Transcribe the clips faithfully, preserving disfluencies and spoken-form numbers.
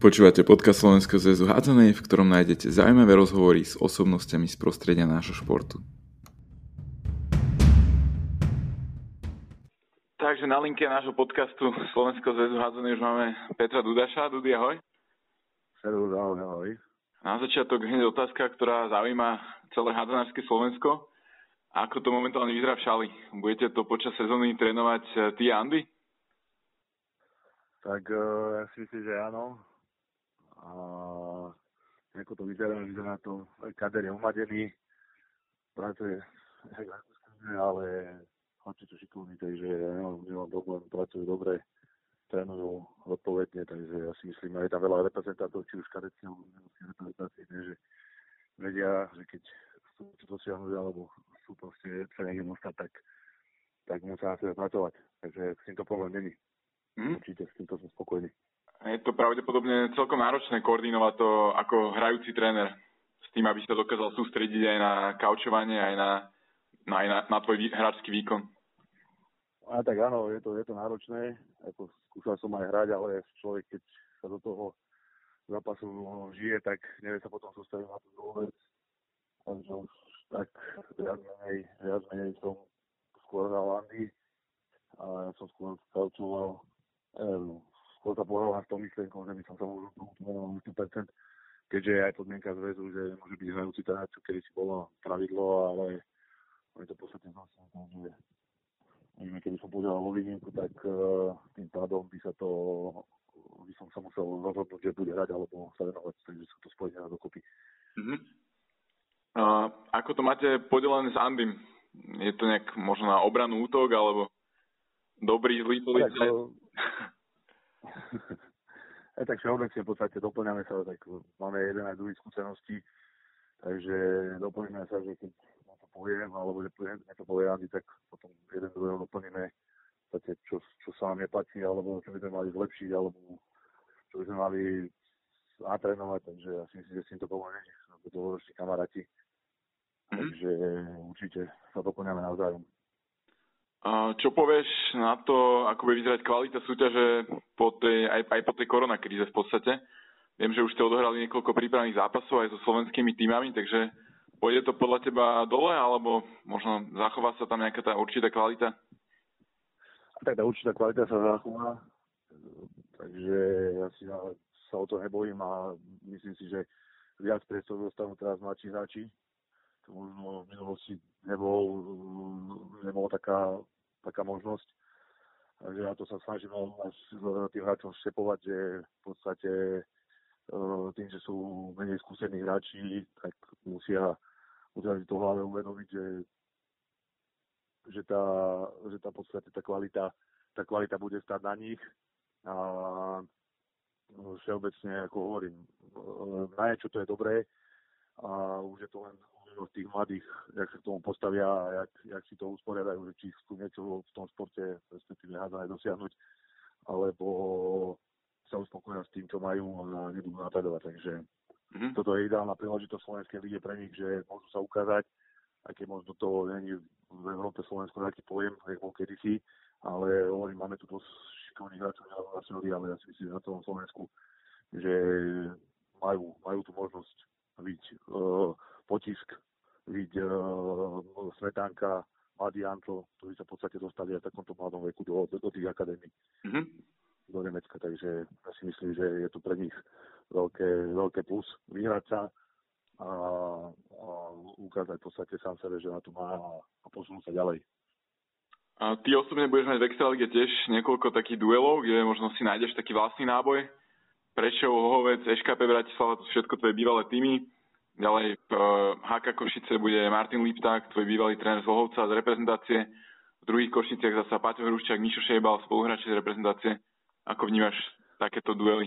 Počúvate podcast Slovenského zväzu hádzanej, v ktorom nájdete zaujímavé rozhovory s osobnostiami z prostredia nášho športu. Takže na linke nášho podcastu Slovenského zväzu hádzanej už máme Petra Dudaša. Dudi, ahoj. Servus, ahoj, ahoj. Na začiatok hneď otázka, ktorá zaujíma celé hádzanárske Slovensko. Ako to momentálne vyzerá v Šali? Budete to počas sezóny trénovať ty a Andy? Tak uh, ja si myslím, že áno. A ako to vyzerá, vyzerá to, kader je umadený, pracuje, ale chlapci sú šikovní, takže ja nemám, nemám problém, pracujú dobre, trénujú odpovedne, takže ja si myslím, aj tam veľa reprezentantov, či už kadeckých alebo nemeckých reprezentácií, že vedia, že keď sú čo dosiahnuť, alebo sú proste sa niekde dostať, tak, tak musia na sebe pracovať, takže s týmto problém není. Hmm? Určite s týmto som spokojný. Je to pravdepodobne celkom náročné koordinovať to ako hrajúci tréner s tým, aby sa dokázal sústrediť aj na kaučovanie, aj na, na, aj na, na tvoj hráčsky výkon. A tak áno, je to, je to náročné. Ako skúšal som aj hrať, ale človek, keď sa do toho zápasu žije, tak nevie sa potom sústrediť na tú druhú vec. Takže už tak viac menej, viac menej som skôr hral Andy a ja som skôr kaučoval, neviem, skôr sa pohľadal na tom myšlenkom, že by som sa možno tomu sto percent, keďže je aj podmienka zväzu, že môže byť hrajúci tréner, čo kedy si bolo pravidlo, ale je to v podstate zase, že neviem, keby som pozeral vo výnimku, tak uh, tým pádom by sa to, by som sa musel rozhodnúť, že bude hrať, alebo sa venovať, takže sa to spojí na dokopy. Mm-hmm. Uh, ako to máte podelené s Andym? Je to nejak možno na obranu, útok, alebo dobrý, zlý policajt? Aj tak všeobecne v podstate doplňame sa, tak máme jeden aj druhý skúsenosti, takže doplňame sa, že keď na to poviem, alebo že na to povie Andy, tak potom jeden druhého doplníme, v podstate, čo, čo sa nám neplatí, alebo čo by sme mali zlepšiť, alebo čo by sme mali natrénovať, takže ja si myslím, že s týmto pomôžeme, sme dlhoroční kamaráti, takže určite sa doplňame navzájom. Čo povieš na to, ako bude vyzerať kvalita súťaže po tej, aj, aj po tej koronakríze v podstate? Viem, že už ste odohrali niekoľko prípravných zápasov aj so slovenskými tímami, takže pôjde to podľa teba dole, alebo možno zachová sa tam nejaká tá určitá kvalita? A tak tá určitá kvalita sa zachová, takže ja si sa o to nebojím a myslím si, že viac priestor dostanú teraz mladší hráči. To možno v minulosti nebol, nebol taká, taká možnosť. Takže ja to sa snažím až tým hráčom štepovať, že v podstate tým, že sú menej skúsení hráči, tak musia, musia si to hlavne uvedomiť, že, že, tá, že tá v podstate tá kvalita, tá kvalita bude stáť na nich. A všeobecne, ako hovorím, na niečo to je dobré a už je to len z tých mladých, jak sa k tomu postavia a jak, jak si to usporiadajú, že či chcú niečo v tom športe, respektíve hádzané dosiahnuť, alebo sa uspokoja s tým, čo majú a nebudú napredovať. Takže mm-hmm. toto je ideálna príležitosť Slovenskej lige pre nich, že môžu sa ukázať, aj keď možno to není v Európe Slovensko taký pojem, ako bol kedysi, ale hovorím, máme tu dosť šikovných hráčov, ale ja si myslím, že na tom Slovensku, že majú, majú tú možnosť byť uh, potisk, byť uh, Smetánka, mladý Antl, ktorí sa v podstate dostali aj v takomto mladom veku do, do, do tých akadémií mm-hmm. do Nemecka, takže ja si myslím, že je to pre nich veľké, veľké plus vyhrať sa a, a ukázať v podstate sám sebe, že na to má a, a posunúť sa ďalej. A ty osobne budeš mať v Extralige tiež niekoľko takých duelov, kde možno si nájdeš taký vlastný náboj. Prešov, Hohovec, eš ká pé Bratislava, to sú všetko tvoje bývalé týmy. Ďalej v há ká Košice bude Martin Lipták, tvoj bývalý tréner z Hlohovca z reprezentácie. V druhých Košiciach zasa Paťo Hruščák, Mišo Šejbal, spoluhráči z reprezentácie. Ako vnímaš takéto duely?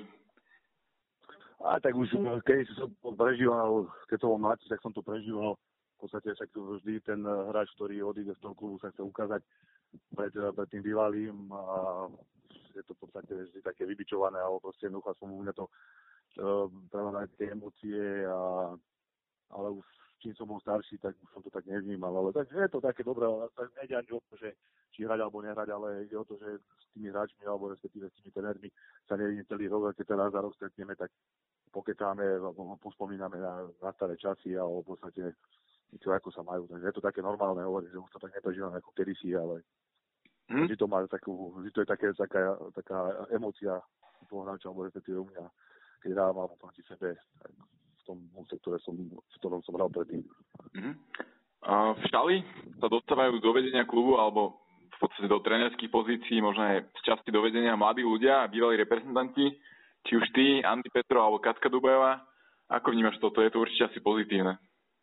A tak už keď som to prežíval, keď som bol mladší, tak som to prežíval. V podstate však vždy ten hráč, ktorý odíde z toho klubu, sa chce ukázať pred, pred tým bývalým a je to v podstate vždy také vybičované, alebo proste jednoducho som u mňa to uh, prevádať tie emócie, a, ale už čím som bol starší, tak už som to tak nevnímal, ale tak je to také dobré, ale tak nejde ani o to, že či hrať alebo nehrať, ale ide o to, že s tými hráčmi alebo respektíve s tými trénermi sa nevidíme celý rok, keď teraz za rok stretneme, tak pokecáme, pospomíname na, na staré časy a v podstate čo ako sa majú. Takže je to také normálne hovoriť, že už to tak neprežívame ako kedysi, ale hmm. vždy to má takú, vždy to je také, taká, taká emócia toho hráča, alebo respektíve u mňa, keď hrávam proti sebe, tak v tom sektore, som, v ktorom som hral predtým. Mm-hmm. A v Štali sa dostávajú do vedenia klubu alebo v podstate do trénerských pozícií, možno aj z časti do vedenia mladí ľudia a bývalí reprezentanti, či už ty, Andy Petro alebo Katka Dubajová. Ako vnímaš toto? Je to určite asi pozitívne.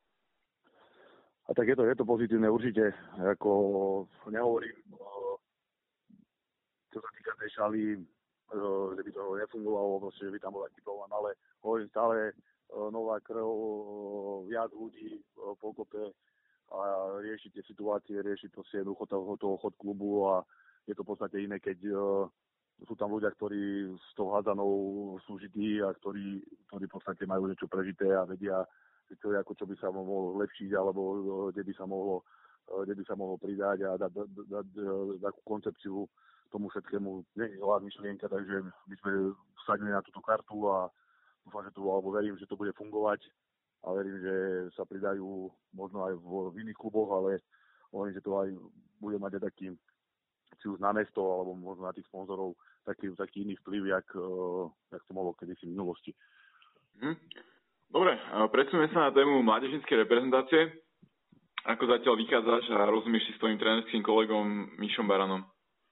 A tak je to, je to pozitívne určite. Ako nehovorím, čo sa týka tej Šaly, že by to nefungovalo, proste, že by tam bol taký problém, ale hovorím stále nová krv, viac ľudí pokope a riešiť tie situácie, riešiť proste jednoducho toho, toho chod klubu a je to v podstate iné, keď uh, sú tam ľudia, ktorí s tou hádzanou sú žití a ktorí, ktorí v podstate majú niečo prežité a vedia, čo, ako, čo by sa mohlo lepšiť alebo uh, kde by sa mohlo, uh, kde by sa mohlo pridať a dať, dať, dať uh, takú koncepciu tomu všetkému. Nie je nová myšlienka, takže my sme vsadili na túto kartu a dúfam, že to, alebo verím, že to bude fungovať. A verím, že sa pridajú možno aj v, v iných kluboch, ale hovorím, že to aj bude mať aj taký, či už na mesto, alebo možno na tých sponzorov, taký, taký iný vplyv, jak, uh, jak to mohlo kedysi v minulosti. Hm. Dobre, predsúme sa na tému mládežníckej reprezentácie. Ako zatiaľ vychádzaš a rozumieš si s tvojim trénerským kolegom Mišom Baranom?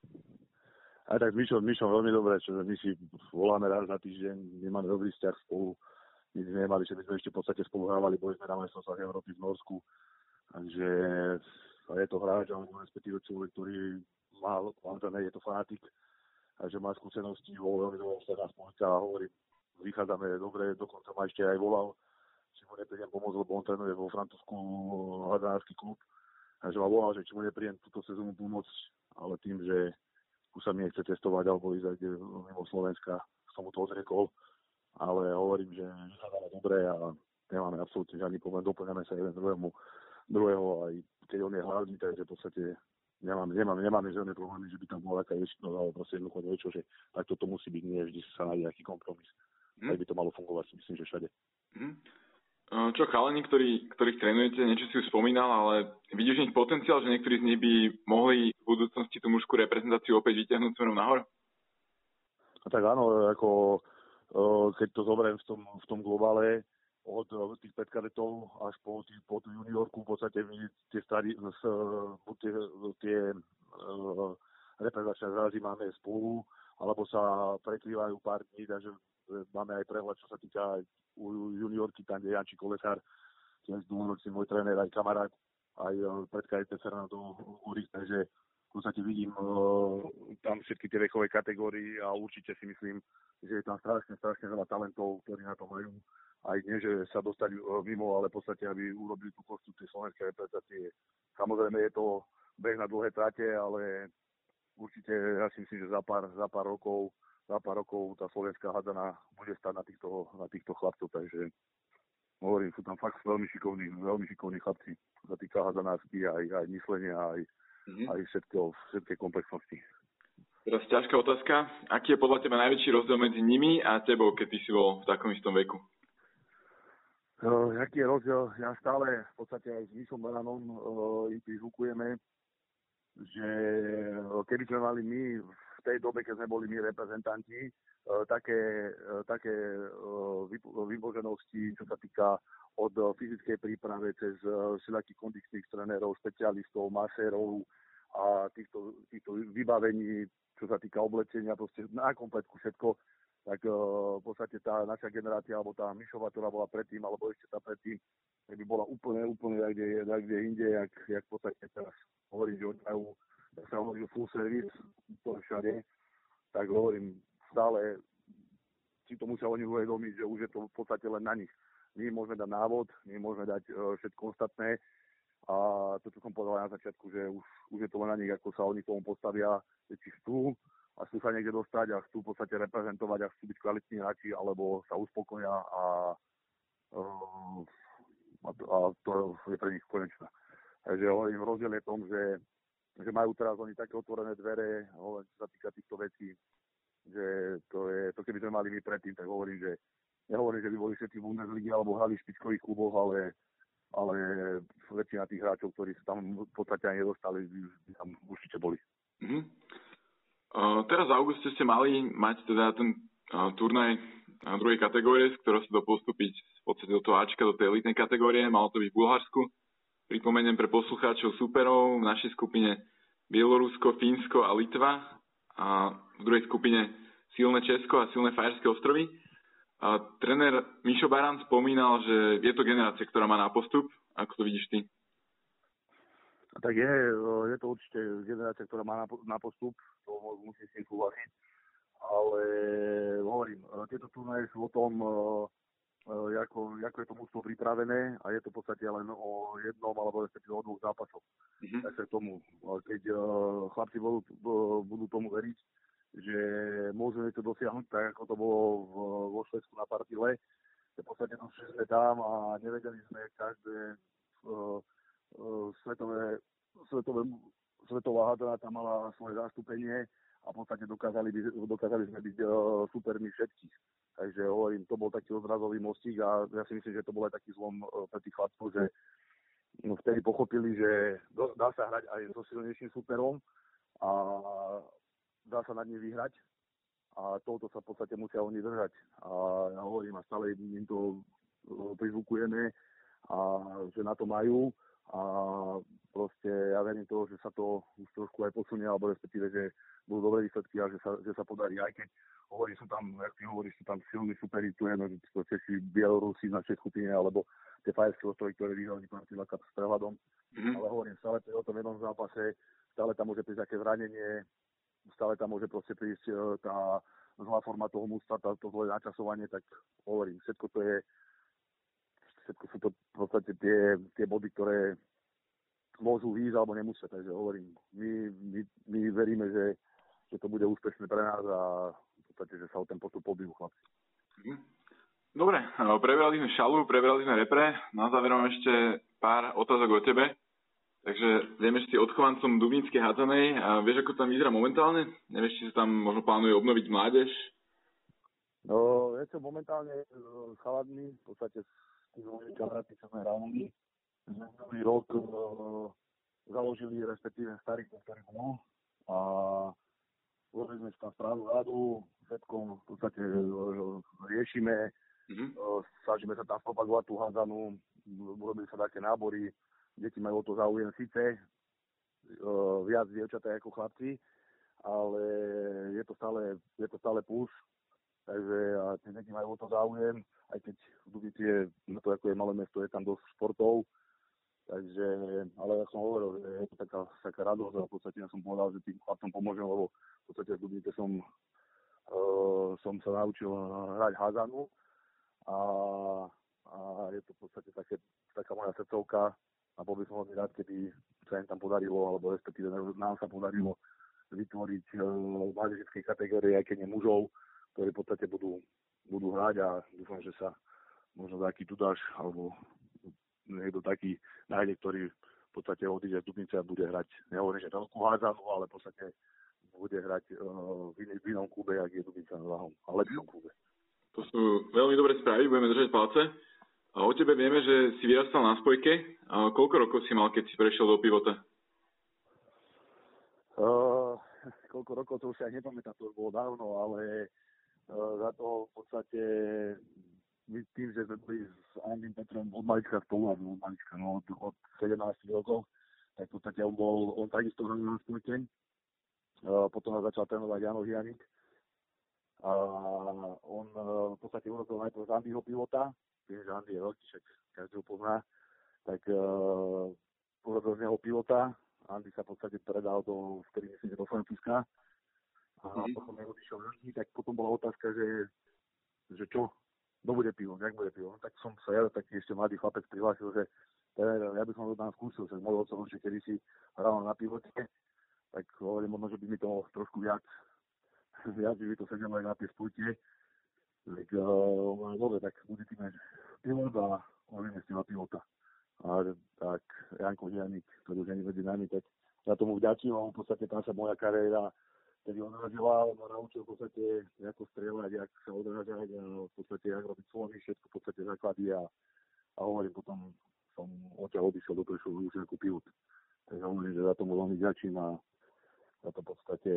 Aj tak s Mišom, Mišom veľmi dobre, čo my si voláme raz na týždeň, nemáme dobrý vzťah spolu. My sme nemali, že my sme ešte v podstate spolu hrávali, boli sme na majstrovstvách Európy v Norsku. Takže je to hráč, alebo respektíve človek, ktorý má, je to fanatik, takže má skúsenosti, bol veľmi dobrý sa nás spolka a hovorí, vychádzame dobre, dokonca ma ešte aj volal, či mu neprídem pomôcť, lebo on trénuje vo Francúzsku hľadársky klub. Takže ma volal, že či mu neprídem túto sezónu pomôcť, ale tým, že už sa mi nechce testovať alebo ísť aj mimo Slovenska, som mu to odriekol. Ale hovorím, že vychádzame dobre a nemáme absolútne žiadny problém, doplňame sa jeden druhému, druhého, aj keď on je hlavný, takže v podstate nemáme, nemáme, nemáme žiadne problémy, že by tam bola taká ješitnosť, ale proste jednoducho niečo, že tak toto musí byť, nie vždy sa nájde nejaký kompromis. Hmm. Tak by to malo fungovať, si myslím, že všade. Hmm. Čo chalani, ktorí, ktorých trénujete, niečo si už spomínal, ale vidíš nich potenciál, že niektorí z nich by mohli v budúcnosti tú mužskú reprezentáciu opäť vyťahnuť smerom nahor? A tak áno, ako keď to zoberiem v tom, v tom globále od tých predkadetov až po, tý, po tú juniorku, v podstate my tie, starý, tie, tie uh, reprezentačné zrazy máme spolu, alebo sa prekrývajú pár dní, takže máme aj prehľad, čo sa týka aj u juniorky, tam je Janči Kolesár, tiež dôvodnoci môj tréner, aj kamarát, aj predkadete Fernando Urik, takže v podstate vidím uh, tam všetky tie vekové kategórie a určite si myslím, že je tam strašne, strašne veľa talentov, ktorí na to majú. Aj nie, že sa dostali uh, mimo, ale v podstate, aby urobili tú kostu tej slovenskej reprezentácie. Samozrejme je to beh na dlhé trate, ale určite ja si myslím, že za pár, za pár rokov za pár rokov tá slovenská hádzana bude stať na týchto, na týchto chlapcov, takže hovorím, sú tam fakt veľmi šikovní, veľmi šikovní chlapci, čo sa týka hádzanárky, aj, aj myslenia, aj Mm-hmm. aj všetko, všetké komplexnosti. Teraz ťažká otázka. Aký je podľa teba najväčší rozdiel medzi nimi a tebou, keď ty si bol v takom istom veku? Uh, aký je rozdiel? Ja stále v podstate aj s Mišom Baranom uh, im prizvukujeme, že uh, keby sme mali my v tej dobe, keď sme boli my reprezentanti, uh, také, uh, také uh, vyboženosti, čo sa týka od fyzickej príprave cez všelijakých kondičných trénerov, špecialistov, masérov a týchto, týchto vybavení, čo sa týka oblečenia, proste na kompletku všetko, tak uh, v podstate tá naša generácia, alebo tá Mišova, ktorá bola predtým, alebo ešte tá predtým, tak by bola úplne, úplne tak, kde, tak, kde inde, jak, jak v podstate teraz hovorím, že oni majú, tak sa hovorí full service, to všade, tak hovorím, stále si to musia oni uvedomiť, že už je to v podstate len na nich. My môžeme dať návod, my môžeme dať uh, všetko ostatné a to, čo som povedal na začiatku, že už, už je to len na nich, ako sa oni tomu postavia, či chcú a chcú sa niekde dostať a chcú v podstate reprezentovať a chcú byť kvalitní hráči, alebo sa uspokoja a, uh, a, to, a to je pre nich konečné. Takže hovorím, rozdiel je v tom, že že majú teraz oni také otvorené dvere, hovorím, čo sa týka týchto vecí, že to je, to keby sme mali my predtým, tak hovorím, že nehovorím, že by boli všetci v Bundesliga alebo hrali v špičkových kluboch, ale, ale väčšina tých hráčov, ktorí sa tam v podstate ani nedostali, by tam určite boli. Mm-hmm. Uh, teraz v auguste ste mali mať teda ten uh, turnaj uh, druhej kategórie, z ktorého sa dá postúpiť v podstate do toho Ačka, do tej elitnej kategórie. Malo to byť v Bulharsku. Pripomeniem pre poslucháčov súperov v našej skupine Bielorusko, Fínsko a Litva. A v druhej skupine silné Česko a silné Fajerské ostrovy. A tréner Mišo Baran spomínal, že je to generácia, ktorá má na postup. Ako to vidíš ty? Tak je, je to určite generácia, ktorá má na postup, to musím s tým súhlasiť, ale hovorím, tieto turnaje sú o tom, ako, ako je to mužstvo pripravené a je to v podstate len o jednom alebo respektíve o dvoch zápasoch. Mm-hmm. Takže tomu, keď chlapci budú, budú tomu veriť, že môžu niečo dosiahnuť, tak ako to bolo v, vo Švédsku na Partille, v podstate to sme tam a nevedeli sme každé uh, uh, svetové, svetové, svetová hádana tam mala svoje zastúpenie a v podstate dokázali, by, dokázali sme byť uh, supermi všetkých. Takže hovorím, to bol taký odrazový mostík a ja si myslím, že to bol aj taký zlom uh, pre tých chlapcov, že no, vtedy pochopili, že do, dá sa hrať aj so silnejším superom a dá sa nad ním vyhrať a touto sa v podstate musia oni držať. A ja hovorím, a stále im to prizvukujeme, a že na to majú a proste ja verím toho, že sa to už trošku aj posunie, alebo respektíve, že budú dobré výsledky a že sa, že sa podarí. Aj keď hovorí, sú tam, jak ty hovoríš, sú tam silní superi, tu je no, Češi, Bielorusi v našej skupine, alebo tie Fajerské ostrovy, ktoré vyhrali Partilla Cup s prehľadom. Mm-hmm. Ale hovorím, stále to je o tom jednom zápase, stále tam môže prísť také zranenie, stále tam môže proste prísť tá zlá forma toho mústva, to zlé načasovanie, tak hovorím, všetko to je, všetko sú to v podstate tie, tie body, ktoré môžu výjsť alebo nemusia, takže hovorím, my, my, my veríme, že, že to bude úspešné pre nás a v podstate, že sa o ten postup pobijú chlapci. Dobre, prebrali sme šalu, prebrali sme repre, na záver mám ešte pár otázok o tebe. Takže vieme, že si odchovancom Dubínskej hádzanej a vieš, ako tam vyzerá momentálne? Nevieš, či sa tam možno plánuje obnoviť mládež? No, ja som momentálne s chaladmi, v podstate s tým mojimi kamarátmi, čo sme hrávali. Minulý rok uh, založili, respektíve starý ktorý bol a urobili sme tam správnu rádu, všetkom v podstate uh, riešime, mm-hmm. uh, snažíme sa tam propagovať tú hádzanú, urobili sa také nábory. Deti majú o to záujem síce, uh, viac dievčatá ako chlapci, ale je to stále, je to stále plus, takže a tie deti majú o to záujem, aj keď v Dubici je, na to ako je malé mesto, je tam dosť športov, takže, ale ja som hovoril, že je to taká, taká radosť a v podstate ja som povedal, že tým chlapcom pomôžem, lebo v podstate v Dubici som, uh, som sa naučil hrať hádzanú a, a je to v podstate také, taká moja srdcovka. A bol by som veľmi rád, keby sa im tam podarilo, alebo respektíve nám sa podarilo vytvoriť uh, mládežnickej kategórie, aj keď nie mužov, ktorí v podstate budú, budú hrať a dúfam, že sa možno taký Dudáš alebo niekto taký nájde, ktorý v podstate odíde z Dubnice a bude hrať, nehovorím, že veľkú hádzanú, ale v podstate bude hrať uh, v, in, v inom klube, ak je Dubnica na Váhom, a lepšom klube. To sú veľmi dobré správy, budeme držať palce. A o tebe vieme, že si vyrastal na spojke. A koľko rokov si mal, keď si prešiel do pivota? Uh, koľko rokov, to už sa aj nepamätám, to už bolo dávno, ale uh, za to v podstate my tým, že sme boli s Andým Petrom od malička spolu, od malička, no od, od sedemnásť rokov, tak v podstate on bol, on takisto hral na spojke. Uh, potom nás začal trénovať Jano Hianik. A on uh, v podstate urobil najprv z Andyho pivota. Viem, že Andy je veľký, však každý ho pozná, tak uh, urobil z neho pilota. Andy sa v podstate predal do, vtedy myslím, že do Francúzska. A mm-hmm. potom je odišiel ľudí, tak potom bola otázka, že, že čo, kto bude pilot, jak bude pilot. No, tak som sa ja, taký ešte mladý chlapec prihlásil, že teda, ja by som to tam skúsil, že môj otec určite kedysi hral na pilote, tak hovorím, možno, že by mi to trošku viac, viac by mi to sedelo aj na tie spútie. Tak uh, dobre, tak budete mať pilot a hovoríme si na pilota. A tak Janko Hianik, ktorý už ani medzi nami, tak za tomu vďačím, a v podstate tam sa moja kariéra tedy odrazila, on ma naučil v podstate, ako strieľať, jak sa odrážať, a v podstate, jak robiť svoj, všetko v podstate základy, a, a hovorím, potom som odtiaľ odišiel do Prešova už ako pilot. Takže hovorím, že za tomu veľmi vďačím, a za to v podstate,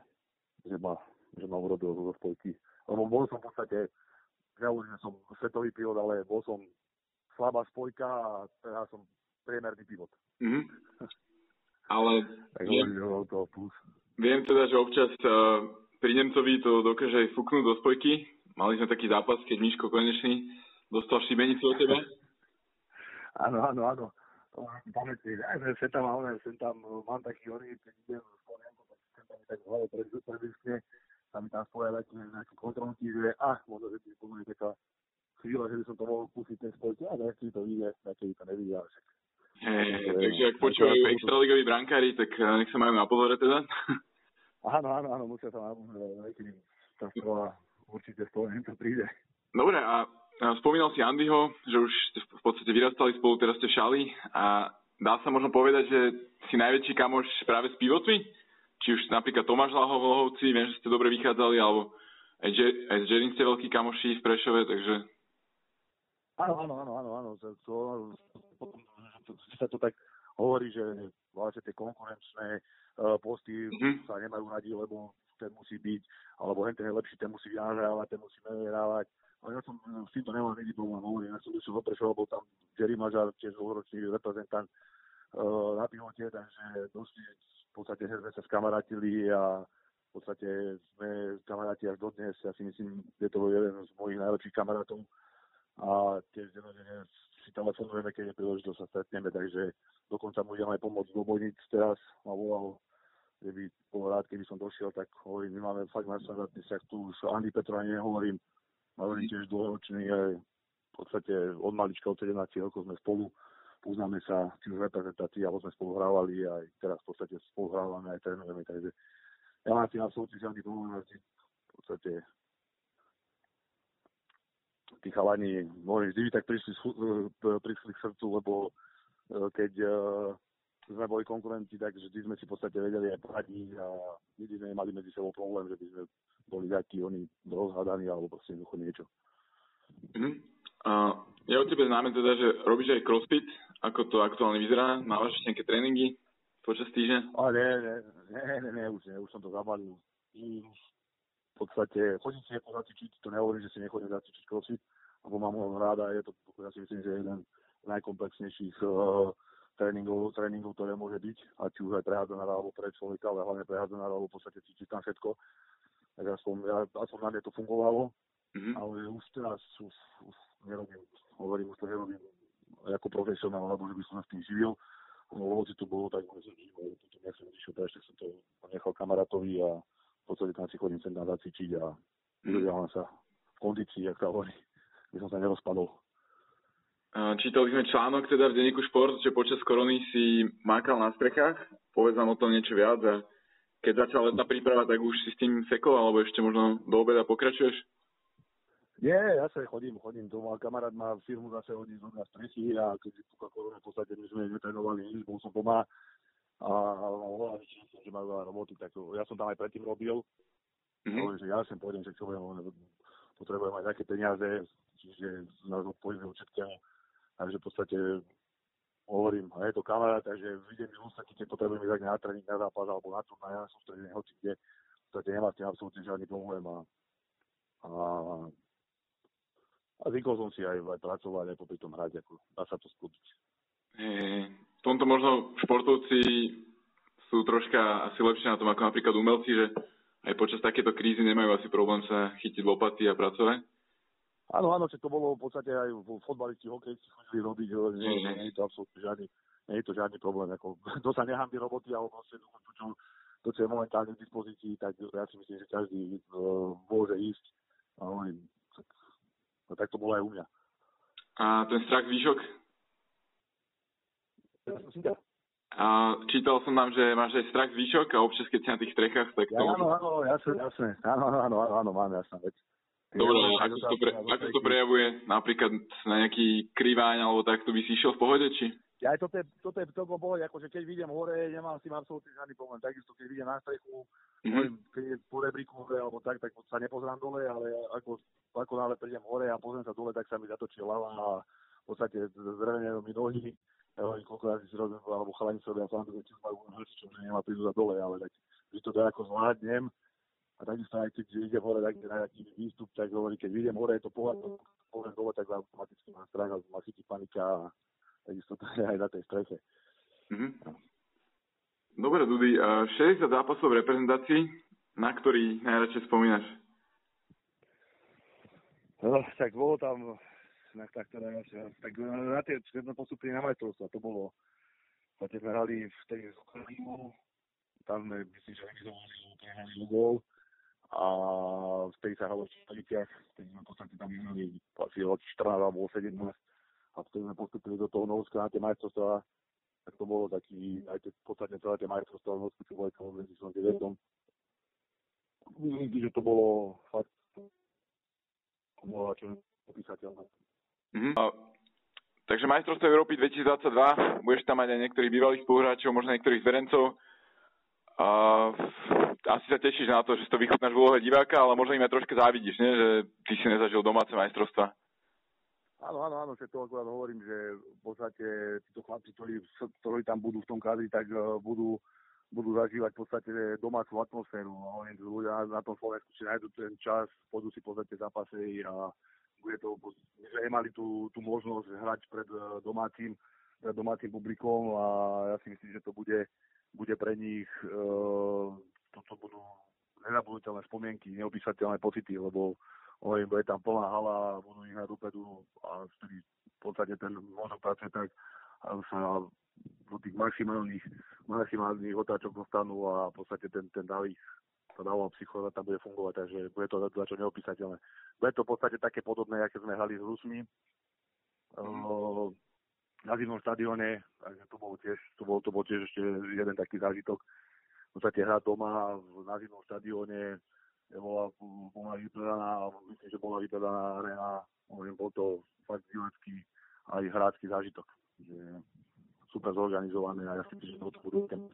že ma, že ma urobil zo spojky. Lebo bol som v podstate, ja hovorím, že som svetový pilot, ale bol som slabá spojka a teraz som priemerný pilot. Mm-hmm. Ale tak hovorím, že bol to plus. Viem teda, že občas uh, pri Nemcovi to dokáže aj fúknúť do spojky. Mali sme taký zápas, keď Miško Konečný dostal šibenicu od teba. Áno, áno, áno. To mám pamätný. Ja sem tam, ale sem tam mám taký oný, keď idem v Spojenku, tak sem tam mi tak v hlave predvyskne, sa mi tam spoja nejaké kontrolky, že ah, možno, že by bola taká chvíľa, že by som to mohol pustiť ten spojky, a nechci to vyjde, nechci to nevidí, ale však. Hey, takže ak počúvajú extraligoví brankári, tak nech sa majú na pozore teda. Áno, áno, áno, musia sa na pozore, keď tá strela určite spomeniem, to príde. Dobre, a spomínal si Andyho, že už ste v podstate vyrastali spolu, teraz ste šali, a dá sa možno povedať, že si najväčší kamoš práve s pivotmi? Či už napríklad Tomáš Lahov v Lohovci, viem, že ste dobre vychádzali, alebo aj, Je- aj s Jerin ste veľkí kamoši v Prešove, takže... Áno, áno, áno, áno, áno. To, to, potom sa to tak hovorí, že vlastne tie konkurenčné uh, posty mm-hmm. sa nemajú radi, lebo ten musí byť, alebo ten je lepší, ten musí nahrávať, ten musí nahrávať. Ale ja som s týmto nemal nikdy problém, hovorím, ja som vyšiel do Prešova, bol tam Jerry Mažar, tiež dlhoročný reprezentant uh, na pivote, takže dosť v podstate sme sa skamarátili a v podstate sme kamaráti až dodnes. Ja si myslím, že to bol jeden z mojich najlepších kamarátov. A tiež denodene si telefonujeme, keď je príležitosť, sa stretneme, takže dokonca mu idem aj pomôcť do Bojnic teraz, ma volal, že by bol rád, keby som došiel, tak hovorím, my máme fakt najsledný vzťah tu, už Andy Petru ani nehovorím, ale tiež dlhoročný, aj v podstate od malička, od sedemnásť rokov sme spolu, poznáme sa, či už reprezentácii, alebo sme spolu hrávali, aj teraz v podstate spolu hrávame, aj trénujeme, takže ja mám si absolútne žiadny problém, v podstate tí chalani, môžem vždy tak prišli, prišli k srdcu, lebo keď uh, sme boli konkurenti, tak vždy sme si v podstate vedeli aj poradiť a nikdy sme nemali medzi sebou problém, že by sme boli takí oni rozhadaní alebo proste jednoducho niečo. Mm-hmm. Uh, ja od tebe známe teda, že robíš aj crossfit, ako to aktuálne vyzerá, máš nejaké tréningy počas týždňa? Ale nie, nie, nie, nie, nie, už, nie, už som to zabalil. V podstate chodím si nejako zacvičiť, to nehovorím, že si nechodím zacvičiť crossfit, lebo mám ho ráda, je to, ja si myslím, že je jeden z najkomplexnejších uh, tréningov, tréningov, ktoré môže byť, a či už aj prehádzanára alebo pre človeka, ale hlavne prehádzanára, alebo v podstate cítiť tam všetko. Tak aspoň, ja, aspoň na mne to fungovalo, mm-hmm. ale už teraz už, už nerobím, hovorím, už to nerobím ako profesionál, alebo že by som sa s tým živil. Lebo si to bolo, tak som živil, potom ja som išiel, tak som to nechal kamarátovi a v podstate tam si chodím sem tam zacvičiť a udržiavam sa v kondícii, jak sa hovorí, by som sa nerozpadol. Čítali sme článok teda v denníku Šport, že počas korony si mákal na strechách. Povedz nám o tom niečo viac, a keď začala letná príprava, tak už si s tým sekol, alebo ešte možno do obeda pokračuješ? Nie, ja sa chodím, chodím. To mal kamarát, má firmu, zase hodí z na strechy, a keď vypukla korona, v podstate my sme netrénovali nič, bol som doma a hovoril, že majú veľa roboty, tak ja som tam aj predtým robil. Mm-hmm. Hovorím, že ja sem pôjdem, že čo budem, potrebujem aj nejaké peniaze, čiže nás odpojíme od všetkého. Takže v podstate hovorím, a je to kamarát, takže vidím, že ostatní, keď potrebujem ísť na tréning, na zápas alebo na turnaj, na sústredenie, hoci kde, v podstate nemá s tým absolútne žiadny problém. A, a, a zvykol som si aj, aj pracovať, aj popri tom hrať, ako dá sa to skúpiť. E, v tomto možno športovci sú troška asi lepšie na tom, ako napríklad umelci, že aj počas takéto krízy nemajú asi problém sa chytiť lopaty a pracovať. Áno, áno, že to bolo v podstate aj fotbalisti, hokejisti chodili robiť, že nie, nie, nie je to absolútne žiadny, nie je to žiadny problém. Ako, kto sa nehambí roboty, alebo proste to, čo, to, čo je momentálne v dispozícii, tak ja si myslím, že každý uh, môže ísť. A hovorím, tak, no, tak to bolo aj u mňa. A ten strach výšok? A čítal som nám, že máš aj strach výšok a občas, keď si na tých strechách, tak to... Ja, áno, áno, jasne, jasne. Áno, áno, áno, áno, mám jasná vec. Dobre, ako to, pre, ako to prejavuje napríklad na nejaký kriváň alebo tak, to by si išiel v pohode, či? Ja aj toto je, toto je celkom pohode, akože keď vidím hore, nemám s tým absolútne žiadny problém. Takisto keď vidím na strechu, mm-hmm. keď je po rebríku hore alebo tak, tak sa nepozerám dole, ale ako, ako náhle prídem hore a pozriem sa dole, tak sa mi zatočí hlava a v podstate zdrvenejú mi nohy. Ja hovorím, koľko razy si robím, alebo chalani sa robia srandu, že majú hrst, čo nemá prídu za dole, ale tak, že to tak ako zvládnem. A takisto aj keď idem hore, tak na nejaký výstup, tak hovorí, keď vidím hore, je to pohľad, poviem dole, tak automaticky má strach a má chytí panika a takisto to je aj na tej streche. Mm-hmm. Dobre, Dudy, šesťdesiat zápasov v reprezentácii, na ktorý najradšej spomínaš? No, tak bolo tam na, tak, teda, tak na tie sme postupili na majstrovstvá, to bolo, keď sme hrali v tej Ukrajinu, tam sme, myslím, že remizovali prehrali Lugov a v tej sa hralo v Čeliciach, keď sme v podstate tam vyhrali asi od štrnásť alebo sedemnásť a vtedy sme postupili do toho Novska na tie majstrovstvá, tak to bolo taký, aj tie, v podstate celé tie majstrovstvá v Novsku, čo boli v dvetisícdeväť. Myslím, že to bolo fakt, to bolo čo opísateľné. Mm-hmm. A, takže majstrovstvo Európy dvetisícdvadsaťdva, budeš tam mať aj niektorých bývalých spoluhráčov, možno niektorých zverencov. A, asi sa tešíš na to, že si to vychutnáš v úlohe diváka, ale možno im aj troška závidíš, nie? Že ty si nezažil domáce majstrovstva. Áno, áno, áno, že to akurát hovorím, že v podstate títo chlapci, ktorí, ktorí tam budú v tom kadri, tak uh, budú, budú zažívať v podstate domácu atmosféru. Hovorím, že ľudia na, na tom Slovensku si nájdú ten čas, pôjdu si pozrieť tie zápasy a bude to, my sme nemali tú, tú možnosť hrať pred domácim, pred domácim publikom a ja si myslím, že to bude, bude pre nich, uh, toto budú nezabudnutelné spomienky, neopísateľné pocity, lebo hovorím, bude tam plná hala, budú ich hrať dopredu a vtedy v podstate ten mozog pracuje tak sa do tých maximálnych, maximálnych otáčok dostanú a v podstate ten, ten dáv ich tá dávová psychóza tam bude fungovať, takže bude to za čo neopísateľné. Bude to v podstate také podobné, aké sme hrali s Rusmi mm. na zimnom štadióne, takže to bol tiež, to bol, to bol tiež ešte jeden taký zážitok. V podstate hrať doma na zimnom štadióne, bola, bola vypredaná, myslím, že bola vypredaná arena, bol to fakt divácky aj hráčsky zážitok. Že super zorganizované a ja si myslím, že to budú ten.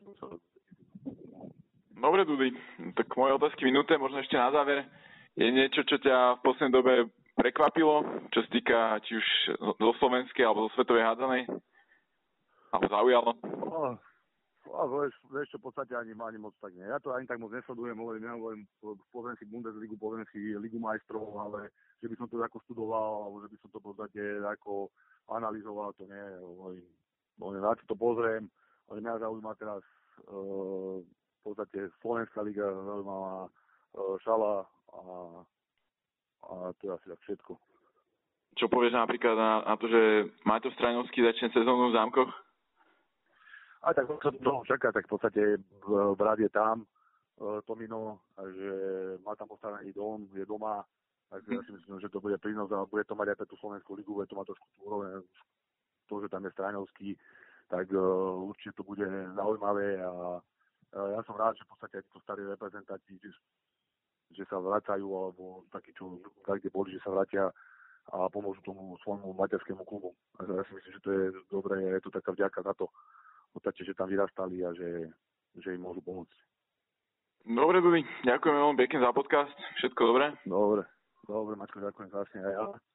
Dobre, Dudy, tak moje otázky minúte, možno ešte na záver. Je niečo, čo ťa v poslednej dobe prekvapilo, čo sa týka či už zo slovenskej alebo zo svetovej hádzanej? Alebo zaujalo? Oh, oh, vieš, vieš čo, v podstate ani, ani moc tak nie. Ja to ani tak moc nesledujem, hovorím, ja hovorím, pozriem si Bundesligu, pozriem si Ligu majstrov, ale že by som to ako študoval, alebo že by som to v podstate ako analyzoval, to nie. Hovorím, hovorím, na čo to pozriem, ale mňa zaujíma teraz uh, v podstate Slovenská liga, zaujímavá uh, šala a, a to je asi tak všetko. Čo povieš napríklad na, na to, že Maťo Straňovský začne sezónu v Zámkoch? A tak to toho čaká, tak v podstate brat je tam, uh, Tomino, že má tam postavený dom, je doma, takže hm. ja si myslím, že to bude prínos a bude to mať aj pre tú Slovenskú ligu, bude to mať trošku tú úroveň, to, že tam je Straňovský, tak uh, určite to bude zaujímavé a ja som rád, že v podstate aj títo starí reprezentanti, že, že sa vracajú, alebo takí, čo kde boli, že sa vracia a pomôžu tomu svojmu materskému klubu. A ja si myslím, že to je dobré, je to taká vďaka za to, v podstate, že tam vyrastali a že, že im môžu pomôcť. Dobre, Dudy, ďakujem veľmi pekne za podcast, všetko dobré? Dobre, dobre, Maťko, ďakujem krásne aj ja.